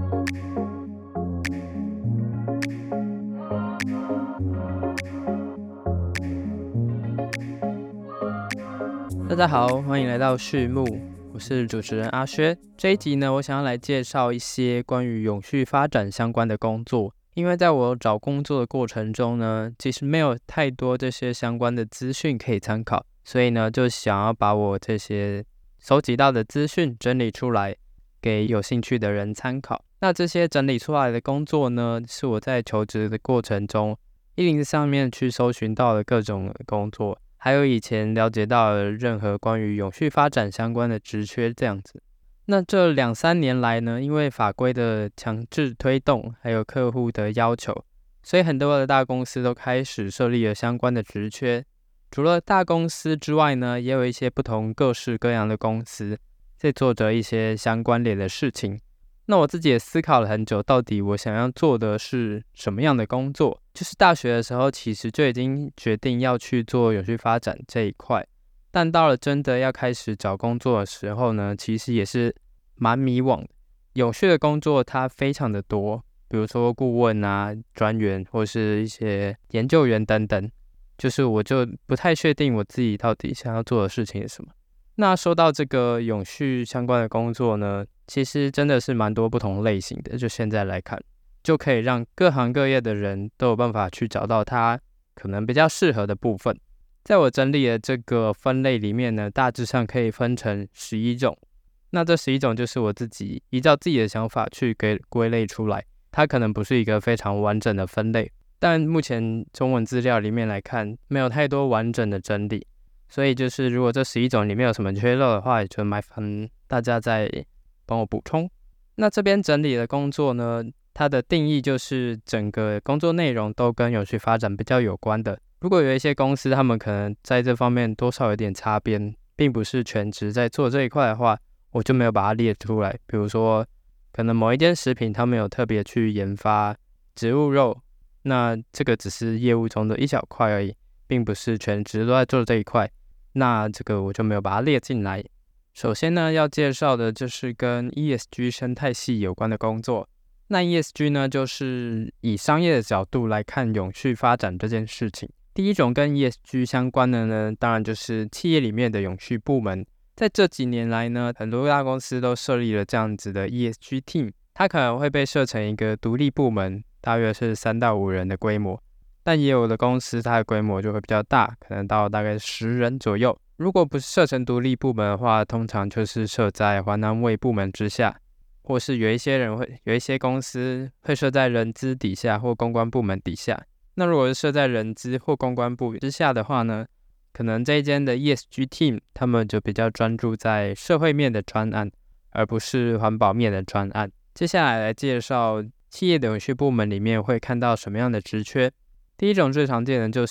大家好，欢迎来到序幕，我是主持人阿薛。这一集呢，我想要来介绍一些关于永续发展相关的工作。因为在我找工作的过程中呢，其实没有太多这些相关的资讯可以参考，所以呢，就想要把我这些收集到的资讯整理出来，给有兴趣的人参考。那这些整理出来的工作呢，是我在求职的过程中104上面去搜寻到的各种工作，还有以前了解到的任何关于永续发展相关的职缺这样子。那这2-3年来呢，因为法规的强制推动，还有客户的要求，所以很多的大公司都开始设立了相关的职缺。除了大公司之外呢，也有一些不同各式各样的公司在做着一些相关联的事情。那我自己也思考了很久，到底我想要做的是什么样的工作。就是大学的时候其实就已经决定要去做永续发展这一块，但到了真的要开始找工作的时候呢，其实也是蛮迷惘的。永续的工作它非常的多，比如说顾问啊、专员或是一些研究员等等，就是我就不太确定我自己到底想要做的事情是什么。那说到这个永续相关的工作呢，其实真的是蛮多不同类型的，就现在来看，就可以让各行各业的人都有办法去找到他可能比较适合的部分。在我整理的这个分类里面呢，大致上可以分成11种。那这11种就是我自己依照自己的想法去给归类出来，它可能不是一个非常完整的分类，但目前中文资料里面来看，没有太多完整的整理。所以就是如果这11种里面有什么缺漏的话，也就麻烦大家再帮我补充。那这边整理的工作呢，它的定义就是整个工作内容都跟永续发展比较有关的。如果有一些公司他们可能在这方面多少有点擦边，并不是全职在做这一块的话，我就没有把它列出来。比如说可能某一间食品他们有特别去研发植物肉，那这个只是业务中的一小块而已，并不是全职都在做这一块，那这个我就没有把它列进来。首先呢，要介绍的就是跟 ESG 生态系有关的工作。那 ESG 呢，就是以商业的角度来看永续发展这件事情。第一种跟 ESG 相关的呢，当然就是企业里面的永续部门。在这几年来呢，很多大公司都设立了这样子的 ESG team， 它可能会被设成一个独立部门，大约是3到5人的规模。但也有的公司它的规模就会比较大，可能到大概10人左右。如果不是设成独立部门的话，通常就是设在环安卫部门之下，或是有一些公司会设在人资底下或公关部门底下。那如果是设在人资或公关部之下的话呢，可能这一间的 ESG team 他们就比较专注在社会面的专案，而不是环保面的专案。接下来介绍企业的永续部门里面会看到什么样的职缺。第一种最常见的就是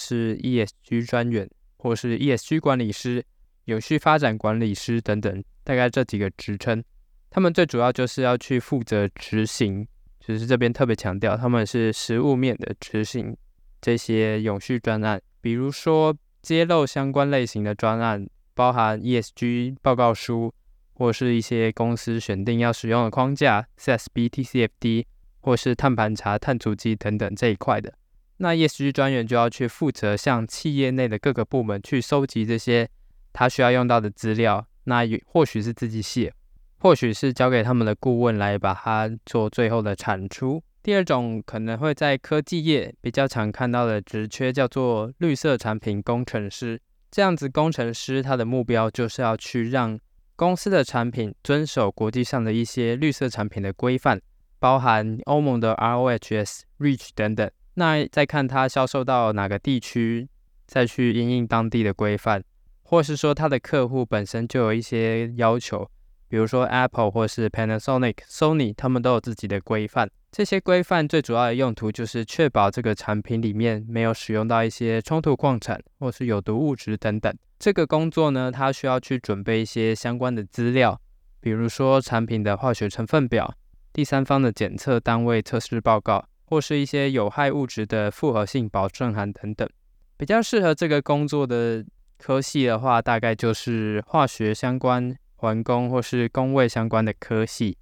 ESG 专员，或是 ESG 管理师、永续发展管理师等等，大概这几个职称。他们最主要就是要去负责执行，就是这边特别强调他们是实务面的执行这些永续专案，比如说揭露相关类型的专案，包含 ESG 报告书，或是一些公司选定要使用的框架 CSB、TCFD 或是碳盘查、碳足迹等等这一块的。那 ESG 专员就要去负责向企业内的各个部门去收集这些他需要用到的资料，那或许是自己写，或许是交给他们的顾问来把它做最后的产出。第二种可能会在科技业比较常看到的职缺叫做绿色产品工程师。这样子工程师他的目标就是要去让公司的产品遵守国际上的一些绿色产品的规范，包含欧盟的 ROHS、REACH 等等。那再看它销售到哪个地区，再去因应当地的规范，或是说它的客户本身就有一些要求，比如说 Apple 或是 Panasonic、Sony 他们都有自己的规范。这些规范最主要的用途就是确保这个产品里面没有使用到一些冲突矿产或是有毒物质等等。这个工作呢，它需要去准备一些相关的资料，比如说产品的化学成分表、第三方的检测单位测试报告，或是一些有害物质的复合性保证函等等。比较适合这个工作的科系的话，大概就是化学相关、环工或是工位相关的科系。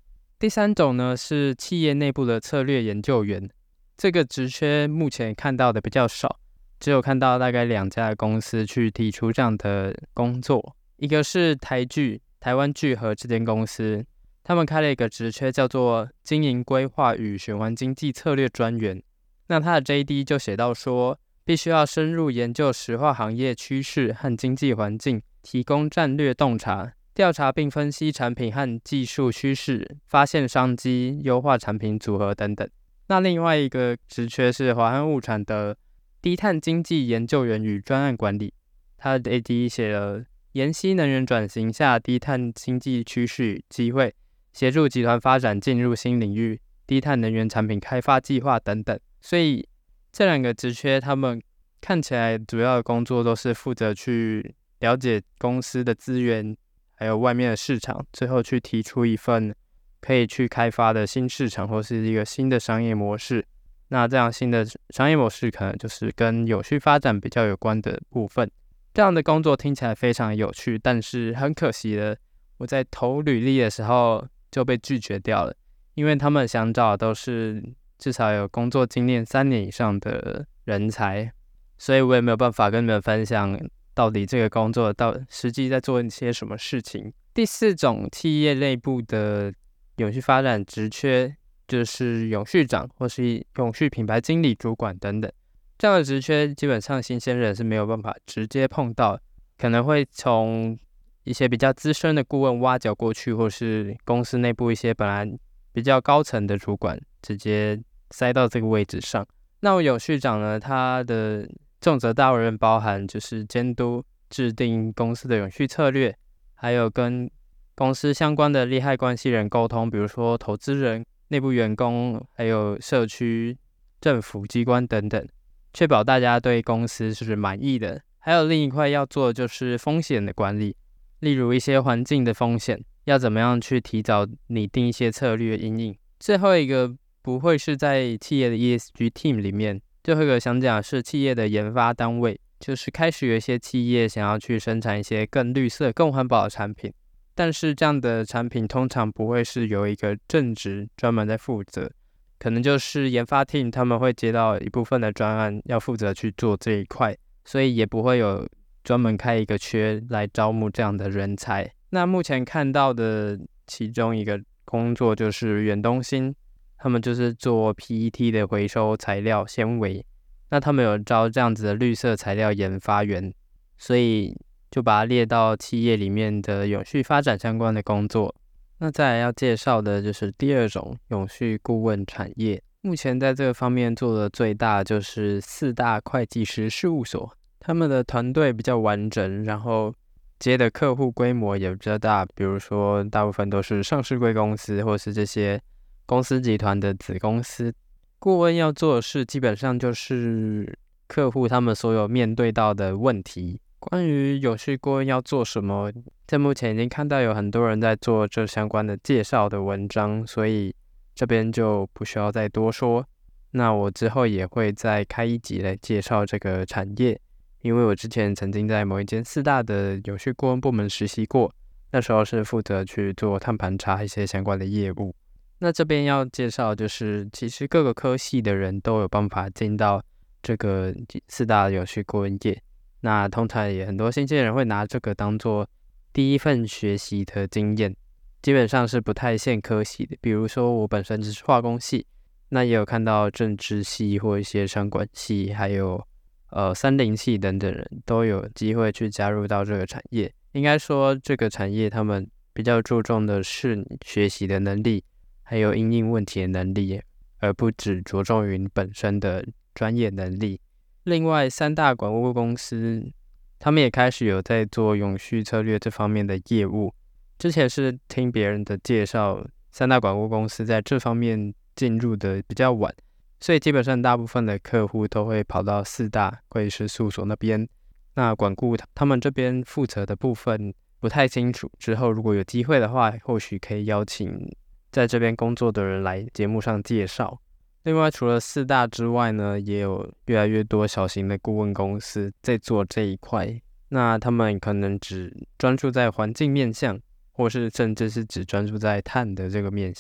第三种呢是企业内部的策略研究员，这个职缺目前看到的比较少，只有看到大概2家公司去提出这样的工作，一个是台湾聚合这间公司，他们开了一个职缺叫做经营规划与循环经济策略专员。那他的 JD 就写到说，必须要深入研究石化行业趋势和经济环境，提供战略洞察，调查并分析产品和技术趋势，发现商机，优化产品组合等等。那另外一个职缺是华汉物产的低碳经济研究员与专案管理，他的 AD 写了研析能源转型下低碳经济趋势与机会，协助集团发展进入新领域，低碳能源产品开发计划等等。所以这2个职缺他们看起来主要的工作都是负责去了解公司的资源还有外面的市场，最后去提出一份可以去开发的新市场或是一个新的商业模式。那这样新的商业模式可能就是跟永续发展比较有关的部分。这样的工作听起来非常有趣，但是很可惜的，我在投履历的时候就被拒绝掉了，因为他们想找的都是至少有工作经验3年以上的人才，所以我也没有办法跟你们分享到底这个工作实际在做一些什么事情。第4种企业内部的永续发展职缺就是永续长或是永续品牌经理主管等等，这样的职缺基本上新鲜人是没有办法直接碰到，可能会从一些比较资深的顾问挖角过去，或是公司内部一些本来比较高层的主管直接塞到这个位置上。那永续长呢，他的重责大任包含就是监督制定公司的永续策略，还有跟公司相关的利害关系人沟通，比如说投资人、内部员工，还有社区、政府机关等等，确保大家对公司是满意的。还有另一块要做的就是风险的管理，例如一些环境的风险，要怎么样去提早拟定一些策略因应。最后一个不会是在企业的 ESG team 里面，最后一个想讲的是企业的研发单位，就是开始有一些企业想要去生产一些更绿色、更环保的产品，但是这样的产品通常不会是有一个正职专门在负责，可能就是研发 team 他们会接到一部分的专案要负责去做这一块，所以也不会有专门开一个缺来招募这样的人才。那目前看到的其中一个工作就是远东新，他们就是做 PET 的回收材料纤维，那他们有招这样子的绿色材料研发员，所以就把它列到企业里面的永续发展相关的工作。那再来要介绍的就是第2种永续顾问产业，目前在这个方面做的最大就是4大会计师事务所，他们的团队比较完整，然后接的客户规模也比较大，比如说大部分都是上市柜公司或是这些公司集团的子公司。顾问要做的事基本上就是客户他们所有面对到的问题。关于永续顾问要做什么，在目前已经看到有很多人在做这相关的介绍的文章，所以这边就不需要再多说。那我之后也会再开一集来介绍这个产业，因为我之前曾经在某一间4大的永续顾问部门实习过，那时候是负责去做碳盘查一些相关的业务。那这边要介绍就是其实各个科系的人都有办法进到这个4大永续顾问业，那通常也很多新鲜人会拿这个当做第一份学习的经验，基本上是不太限科系的。比如说我本身就是化工系，那也有看到政治系或一些商管系，还有森林系等等人都有机会去加入到这个产业。应该说这个产业他们比较注重的是你学习的能力，还有因应问题的能力，而不只着重于你本身的专业能力。另外3大管顾公司他们也开始有在做永续策略这方面的业务，之前是听别人的介绍，3大管顾公司在这方面进入的比较晚，所以基本上大部分的客户都会跑到4大会计师事务所那边。那管顾他们这边负责的部分不太清楚，之后如果有机会的话，或许可以邀请在这边工作的人来节目上介绍。另外除了4大之外呢，也有越来越多小型的顾问公司在做这一块，那他们可能只专注在环境面向，或是甚至是只专注在碳的这个面向，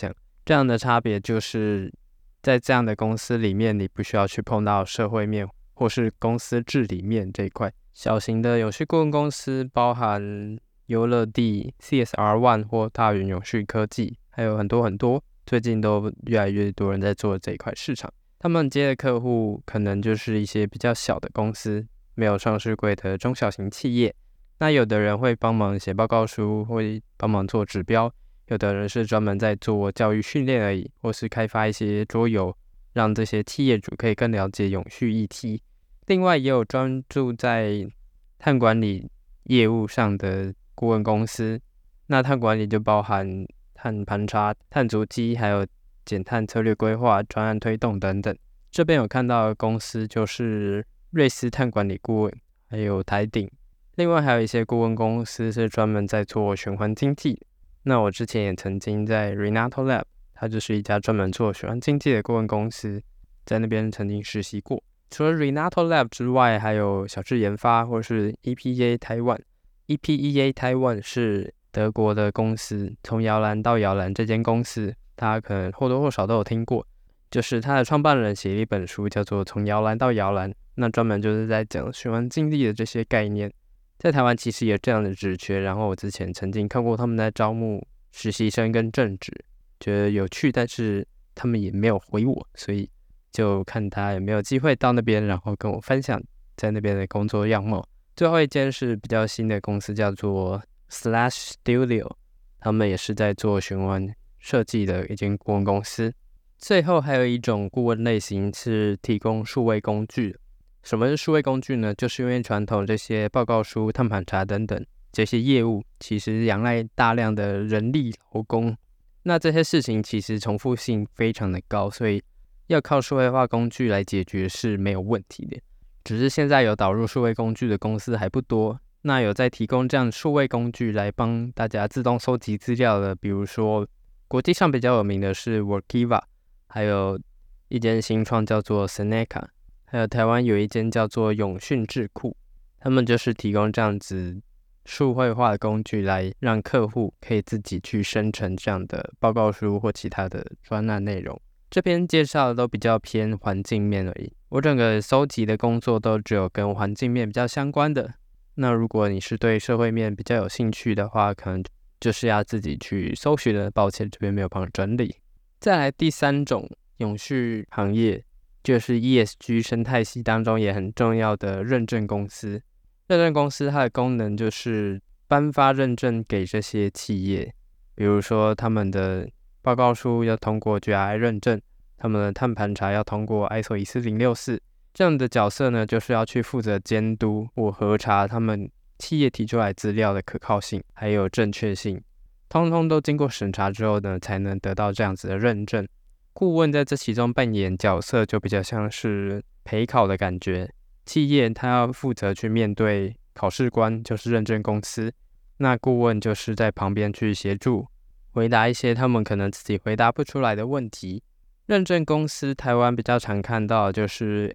这样的差别就是在这样的公司里面，你不需要去碰到社会面或是公司治理面这一块。小型的永续顾问公司包含优乐地、CSR One 或大元永续科技，还有很多很多，最近都越来越多人在做这一块市场。他们接的客户可能就是一些比较小的公司，没有上市柜的中小型企业。那有的人会帮忙写报告书，会帮忙做指标，有的人是专门在做教育训练而已，或是开发一些桌游，让这些企业主可以更了解永续议题。另外也有专注在碳管理业务上的顾问公司，那碳管理就包含碳盘查、碳足迹，还有减碳策略规划、专案推动等等。这边有看到的公司就是瑞斯碳管理顾问，还有台鼎。另外还有一些顾问公司是专门在做循环经济。那我之前也曾经在 Renato Lab， 它就是一家专门做循环经济的顾问公司，在那边曾经实习过。除了 Renato Lab 之外，还有小智研发或是 EPEA Taiwan。EPEA Taiwan 是德国的公司，从摇篮到摇篮这间公司，大家可能或多或少都有听过。就是它的创办人写了一本书，叫做《从摇篮到摇篮》，那专门就是在讲循环经济的这些概念。在台湾其实也有这样的职缺，然后我之前曾经看过他们在招募实习生跟正职，觉得有趣，但是他们也没有回我，所以就看他有没有机会到那边，然后跟我分享在那边的工作样貌。最后一间是比较新的公司，叫做 Slash Studio， 他们也是在做循环设计的一间顾问公司。最后还有一种顾问类型是提供数位工具。什么是数位工具呢？就是因为传统这些报告书、碳盘查等等这些业务，其实仰赖大量的人力劳工，那这些事情其实重复性非常的高，所以要靠数位化工具来解决是没有问题的。只是现在有导入数位工具的公司还不多，那有在提供这样数位工具来帮大家自动收集资料的，比如说国际上比较有名的是 Workiva， 还有一间新创叫做 Seneca， 还有台湾有一间叫做永讯智库，他们就是提供这样子数位化的工具来让客户可以自己去生成这样的报告书或其他的专栏内容。这边介绍的都比较偏环境面而已，我整个收集的工作都只有跟环境面比较相关的。那如果你是对社会面比较有兴趣的话，可能就是要自己去搜寻的，抱歉这边没有帮整理。再来第三种永续行业，就是 ESG 生态系当中也很重要的认证公司。认证公司它的功能就是颁发认证给这些企业，比如说他们的报告书要通过 GRI 认证，他们的碳盘查要通过 ISO 14064，这样的角色呢，就是要去负责监督或核查他们企业提出来资料的可靠性还有正确性，通通都经过审查之后呢，才能得到这样子的认证。顾问在这其中扮演角色就比较像是陪考的感觉，企业他要负责去面对考试官，就是认证公司，那顾问就是在旁边去协助回答一些他们可能自己回答不出来的问题。认证公司台湾比较常看到的就是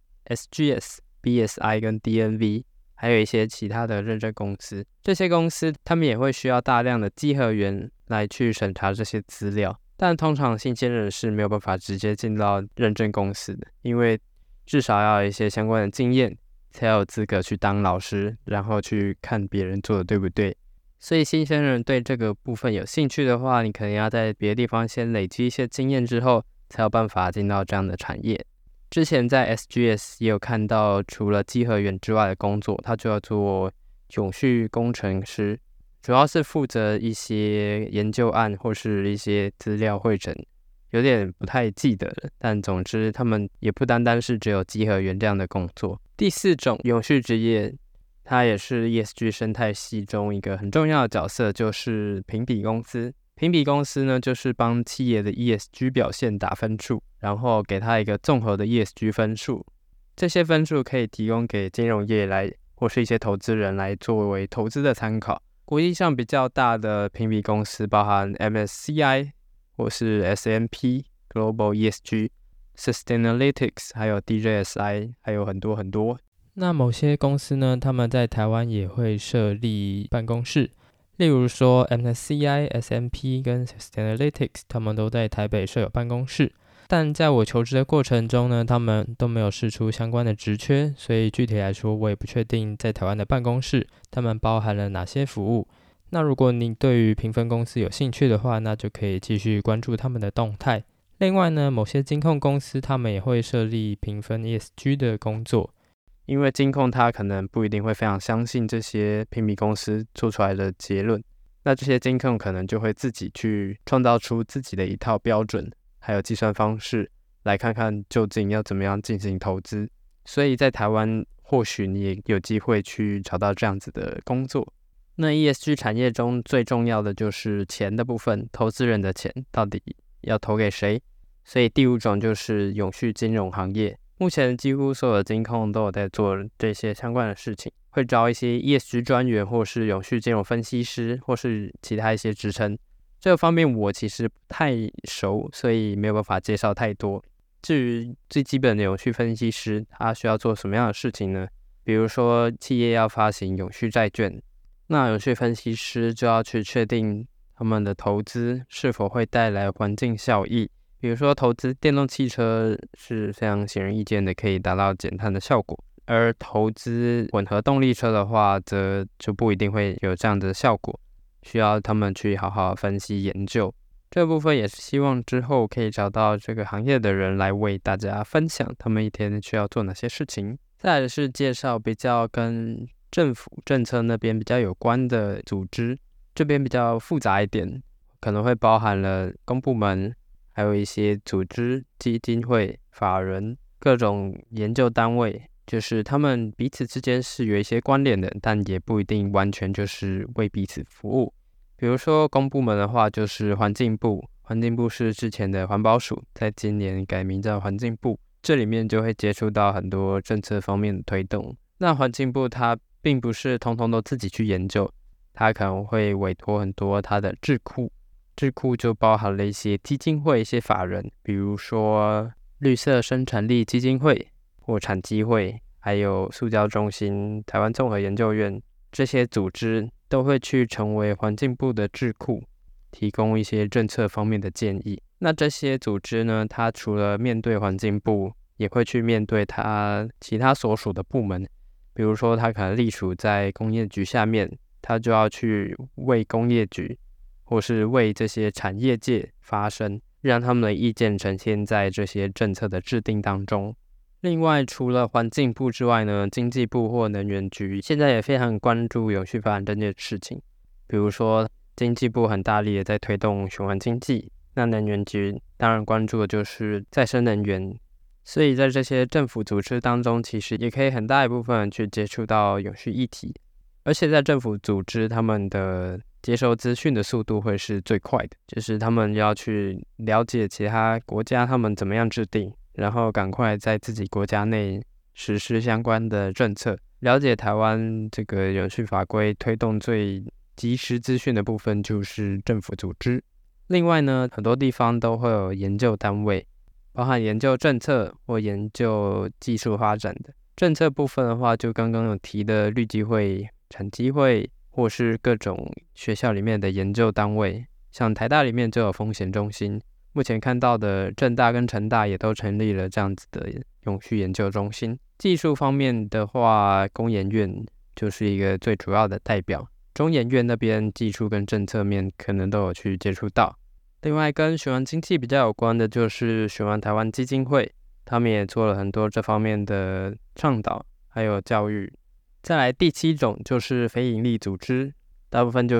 SGS、BSI 跟 DNV， 还有一些其他的认证公司。这些公司他们也会需要大量的稽核员来去审查这些资料，但通常新鲜人是没有办法直接进到认证公司的，因为至少要有一些相关的经验，才有资格去当老师，然后去看别人做的对不对。所以新鲜人对这个部分有兴趣的话，你可能要在别的地方先累积一些经验之后，才有办法进到这样的产业。之前在 SGS 也有看到，除了稽核员之外的工作，他就要做永续工程师，主要是负责一些研究案或是一些资料汇整，有点不太记得了，但总之他们也不单单是只有稽核员这样的工作。第四种永续职业，它也是 ESG 生态系中一个很重要的角色，就是评比公司。评比公司呢，就是帮企业的 ESG 表现打分数，然后给它一个综合的 ESG 分数。这些分数可以提供给金融业来或是一些投资人来作为投资的参考。国际上比较大的评比公司包含 MSCI 或是 S&P Global ESG、Sustainalytics 还有 DJSI， 还有很多很多。那某些公司呢，他们在台湾也会设立办公室， 例如说 MSCI、S&P 跟 Sustainalytics 他们都在台北设有办公室，但在我求职的过程中呢，他们都没有释出相关的职缺，所以具体来说我也不确定在台湾的办公室他们包含了哪些服务。那如果你对于评分公司有兴趣的话，那就可以继续关注他们的动态。另外呢，某些金控公司他们也会设立评分 ESG 的工作，因为金控它可能不一定会非常相信这些评比公司做出来的结论，那这些金控可能就会自己去创造出自己的一套标准还有计算方式，来看看究竟要怎么样进行投资。所以在台湾或许你也有机会去找到这样子的工作。那 ESG 产业中最重要的就是钱的部分，投资人的钱到底要投给谁？所以第五种就是永续金融行业。目前几乎所有的金控都有在做这些相关的事情，会招一些 ESG 专员或是永续金融分析师或是其他一些职称。这个方面我其实不太熟，所以没有办法介绍太多。至于最基本的永续分析师，他需要做什么样的事情呢？比如说企业要发行永续债券，那永续分析师就要去确定他们的投资是否会带来环境效益。比如说投资电动汽车是非常显而易见的，可以达到减碳的效果，而投资混合动力车的话，则就不一定会有这样的效果，需要他们去好好分析研究。这部分也是希望之后可以找到这个行业的人来为大家分享他们一天需要做哪些事情。再来是介绍比较跟政府政策那边比较有关的组织，这边比较复杂一点，可能会包含了公部门，还有一些组织、基金会、法人、各种研究单位，就是他们彼此之间是有一些关联的，但也不一定完全就是为彼此服务。比如说公部门的话，就是环境部，环境部是之前的环保署，在今年改名叫环境部，这里面就会接触到很多政策方面的推动。那环境部它并不是通通都自己去研究，它可能会委托很多它的智库，智库就包含了一些基金会、一些法人，比如说绿色生产力基金会或产基会，还有塑胶中心、台湾综合研究院，这些组织都会去成为环境部的智库，提供一些政策方面的建议。那这些组织呢，它除了面对环境部，也会去面对它其他所属的部门，比如说它可能隶属在工业局下面，它就要去为工业局或是为这些产业界发声，让他们的意见呈现在这些政策的制定当中。另外，除了环境部之外呢，经济部或能源局现在也非常关注永续发展这件事情。比如说，经济部很大力的在推动循环经济，那能源局当然关注的就是再生能源。所以在这些政府组织当中，其实也可以很大一部分去接触到永续议题。而且在政府组织，他们的接收资讯的速度会是最快的，就是他们要去了解其他国家他们怎么样制定，然后赶快在自己国家内实施相关的政策。了解台湾这个永续法规推动最及时资讯的部分就是政府组织。另外呢，很多地方都会有研究单位，包含研究政策或研究技术发展的。政策部分的话，就刚刚有提的绿基会、产基会，或是各种学校里面的研究单位，像台大里面就有风险中心，目前看到的政大跟成大也都成立了这样子的永续研究中心。技术方面的话，工研院就是一个最主要的代表，中研院那边技术跟政策面可能都有去接触到。另外跟循环经济比较有关的就是循环台湾基金会，他们也做了很多这方面的倡导还有教育。再来第七种就是非营利组织，大部分就是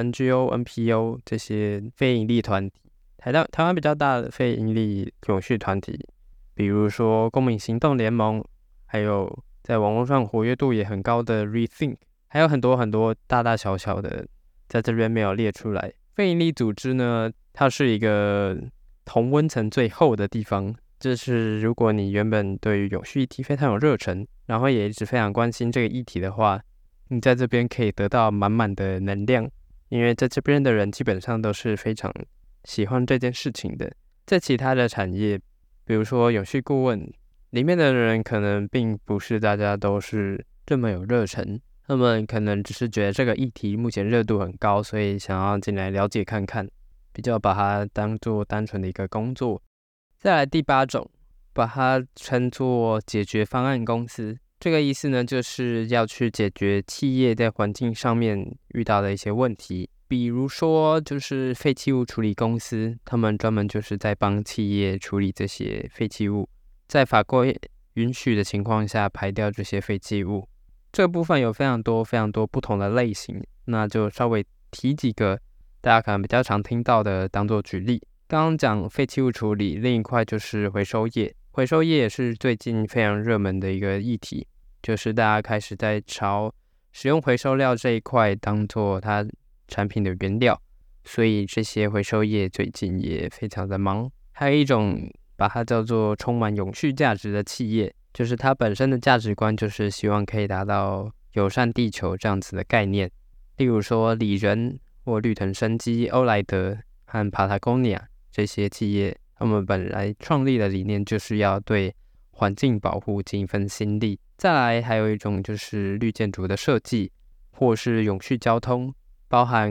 NGO、NPO 这些非营利团体。台湾比较大的非营利永续团体，比如说公民行动联盟，还有在网络上活跃度也很高的 Rethink， 还有很多很多大大小小的，在这边没有列出来。非营利组织呢，它是一个同温层最厚的地方，就是如果你原本对于永续议题非常有热忱，然后也一直非常关心这个议题的话，你在这边可以得到满满的能量，因为在这边的人基本上都是非常喜欢这件事情的。在其他的产业，比如说永续顾问里面的人，可能并不是大家都是这么有热忱， 他们可能只是觉得这个议题目前热度很高，所以想要进来了解看看，比较把它当做单纯的一个工作。再来第8种，把它称作解决方案公司。这个意思呢，就是要去解决企业在环境上面遇到的一些问题，比如说就是废弃物处理公司，他们专门就是在帮企业处理这些废弃物，在法规允许的情况下排掉这些废弃物。这个部分有非常多不同的类型，那就稍微提几个大家可能比较常听到的当做举例。刚刚讲废弃物处理，另一块就是回收业。回收业也是最近非常热门的一个议题，就是大家开始在朝使用回收料这一块当做它产品的原料，所以这些回收业最近也非常的忙。还有一种把它叫做充满永续价值的企业，就是它本身的价值观就是希望可以达到友善地球这样子的概念。例如说里仁或绿藤生机、欧莱德和 Patagonia 这些企业，他们本来创立的理念就是要对环境保护尽一份心力。再来还有一种就是绿建筑的设计，或是永续交通，包含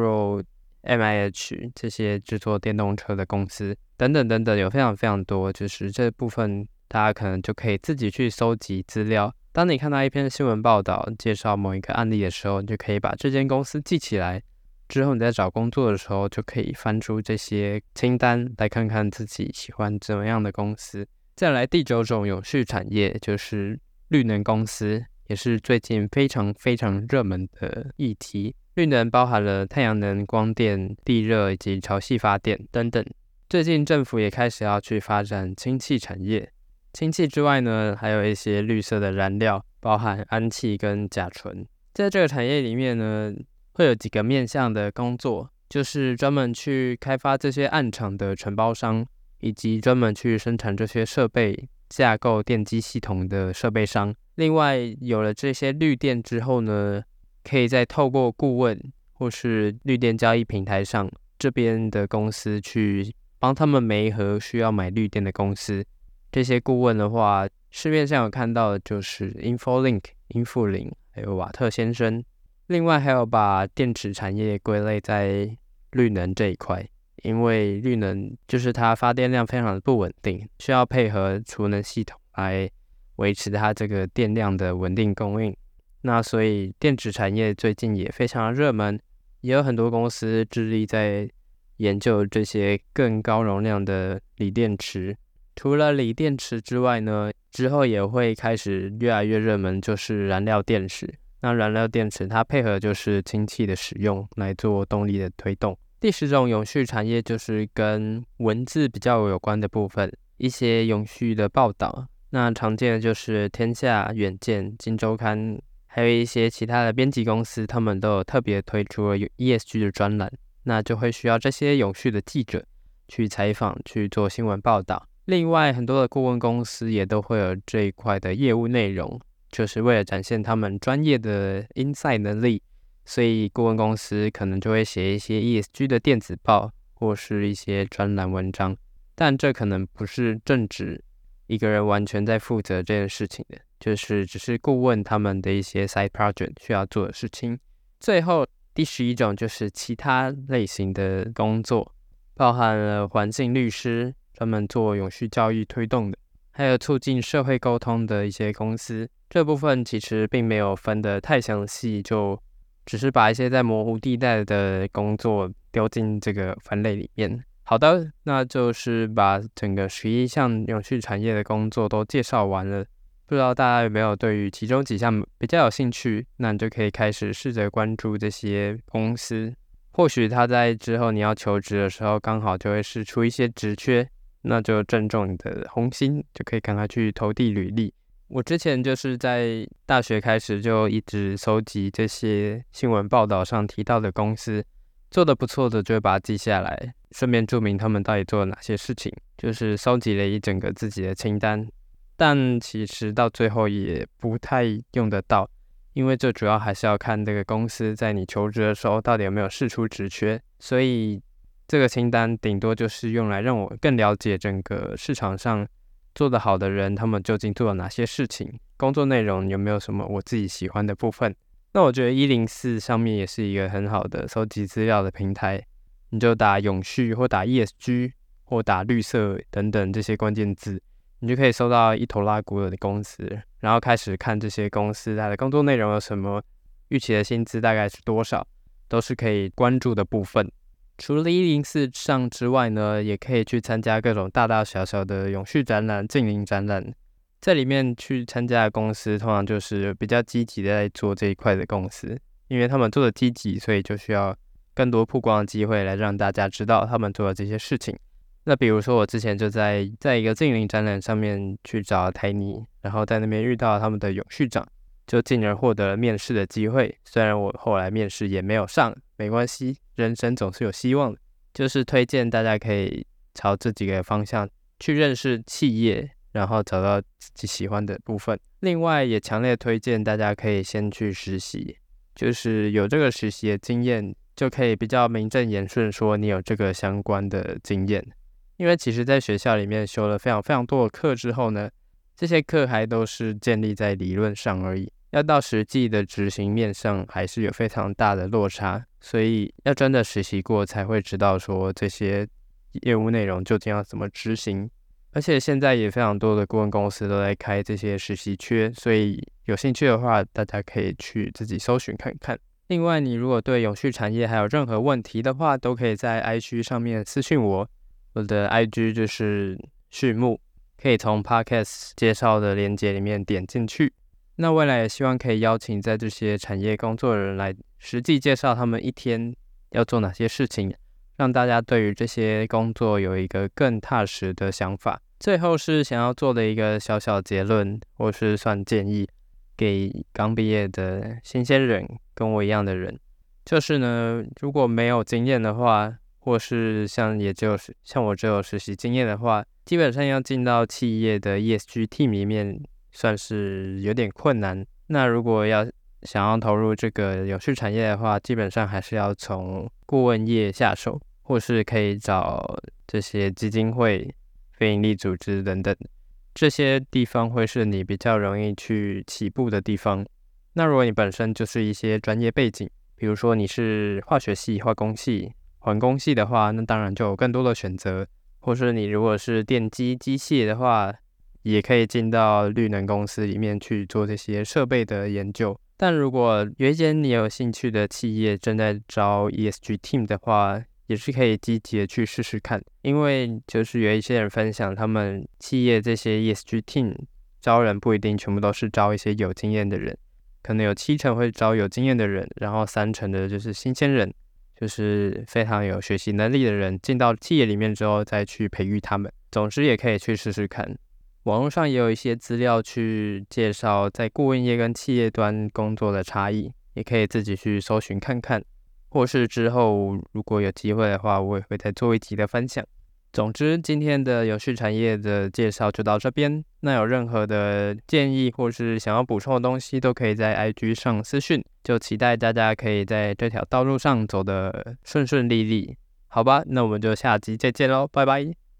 Gogoro、MIH 这些制作电动车的公司等等等等，有非常多。就是这部分大家可能就可以自己去搜集资料。当你看到一篇新闻报道介绍某一个案例的时候，你就可以把这间公司记起来，之后你在找工作的时候就可以翻出这些清单来看看自己喜欢怎么样的公司。再来第9种永续产业就是绿能公司，也是最近非常热门的议题。绿能包含了太阳能、光电、地热以及潮汐发电等等。最近政府也开始要去发展氢气产业。氢气之外呢，还有一些绿色的燃料，包含氨气跟甲醇。在这个产业里面呢，会有几个面向的工作，就是专门去开发这些案场的承包商，以及专门去生产这些设备架构电机系统的设备商。另外有了这些绿电之后呢，可以再透过顾问或是绿电交易平台上这边的公司去帮他们媒合需要买绿电的公司。这些顾问的话，市面上有看到的就是 InfoLink 英富林，还有瓦特先生。另外还有把电池产业归类在绿能这一块，因为绿能就是它发电量非常的不稳定，需要配合储能系统来维持它这个电量的稳定供应。那所以电池产业最近也非常的热门，也有很多公司致力在研究这些更高容量的锂电池。除了锂电池之外呢，之后也会开始越来越热门，就是燃料电池。那燃料电池它配合就是氢气的使用来做动力的推动。第10种永续产业就是跟文字比较有关的部分，一些永续的报道。那常见的就是天下、远见、今周刊，还有一些其他的编辑公司，他们都有特别推出了 ESG 的专栏，那就会需要这些永续的记者去采访，去做新闻报道。另外很多的顾问公司也都会有这一块的业务内容，就是为了展现他们专业的 insight 能力，所以顾问公司可能就会写一些 ESG 的电子报或是一些专栏文章，但这可能不是正职一个人完全在负责这件事情的，就是只是顾问他们的一些 side project 需要做的事情。最后第11种就是其他类型的工作，包含了环境律师，专门做永续教育推动的，还有促进社会沟通的一些公司。这部分其实并没有分得太详细，就只是把一些在模糊地带的工作丢进这个分类里面。好的，那就是把整个11项永续产业的工作都介绍完了。不知道大家有没有对于其中几项比较有兴趣，那你就可以开始试着关注这些公司。或许他在之后你要求职的时候刚好就会释出一些职缺，那就正中你的红心，就可以赶快去投递履历。我之前就是在大学开始就一直收集这些新闻报道上提到的公司，做得不错的就会把它记下来，顺便注明他们到底做了哪些事情，就是收集了一整个自己的清单。但其实到最后也不太用得到，因为这主要还是要看这个公司在你求职的时候到底有没有释出职缺，所以这个清单顶多就是用来让我更了解整个市场上做得好的人他们究竟做了哪些事情，工作内容有没有什么我自己喜欢的部分。 那我觉得104上面也是一个很好的搜集资料的平台，你就打永续或打 ESG 或打绿色等等这些关键字，你就可以搜到一头拉骨的公司，然后开始看这些公司它的工作内容有什么，预期的薪资大概是多少，都是可以关注的部分。除了104上之外呢，也可以去参加各种大大小小的永续展览、近邻展览，在里面去参加的公司通常就是比较积极的在做这一块的公司，因为他们做的积极，所以就需要更多曝光的机会来让大家知道他们做的这些事情。那比如说我之前就在一个近邻展览上面去找台泥，然后在那边遇到他们的永续长，就进而获得了面试的机会。虽然我后来面试也没有上，没关系，人生总是有希望的。就是推荐大家可以朝这几个方向去认识企业，然后找到自己喜欢的部分。另外也强烈推荐大家可以先去实习，就是有这个实习的经验，就可以比较名正言顺说你有这个相关的经验。因为其实在学校里面修了非常非常多的课之后呢，这些课还都是建立在理论上而已，要到实际的执行面上还是有非常大的落差，所以要真的实习过才会知道说这些业务内容究竟要怎么执行。而且现在也非常多的顾问公司都在开这些实习缺，所以有兴趣的话大家可以去自己搜寻看看。另外你如果对永续产业还有任何问题的话，都可以在 IG 上面私讯我，我的 IG 就是畜牧，可以从 Podcast 介绍的连结里面点进去。那未来也希望可以邀请在这些产业工作的人来实际介绍他们一天要做哪些事情，让大家对于这些工作有一个更踏实的想法。最后是想要做的一个小小结论，或是算建议给刚毕业的新鲜人，跟我一样的人，就是呢，如果没有经验的话，或是像我只有实习经验的话，基本上要进到企业的 ESG team 里面算是有点困难。那如果想要投入这个永续产业的话，基本上还是要从顾问业下手，或是可以找这些基金会、非营利组织等等，这些地方会是你比较容易去起步的地方。那如果你本身就是一些专业背景，比如说你是化学系、化工系、环工系的话，那当然就有更多的选择。或是你如果是电机、机械的话，也可以进到绿能公司里面去做这些设备的研究。但如果有一间你有兴趣的企业正在招 ESG team 的话，也是可以积极的去试试看。因为就是有一些人分享，他们企业这些 ESG team 招人不一定全部都是招一些有经验的人，可能有7成会招有经验的人，然后3成的就是新鲜人，就是非常有学习能力的人，进到企业里面之后再去培育他们。总之也可以去试试看。网络上也有一些资料去介绍在顾问业跟企业端工作的差异，也可以自己去搜寻看看，或是之后如果有机会的话，我也会再做一集的分享。总之今天的永续产业的介绍就到这边，那有任何的建议或是想要补充的东西，都可以在 IG 上私讯，就期待大家可以在这条道路上走得顺顺利利。好吧，那我们就下集再见咯，拜拜。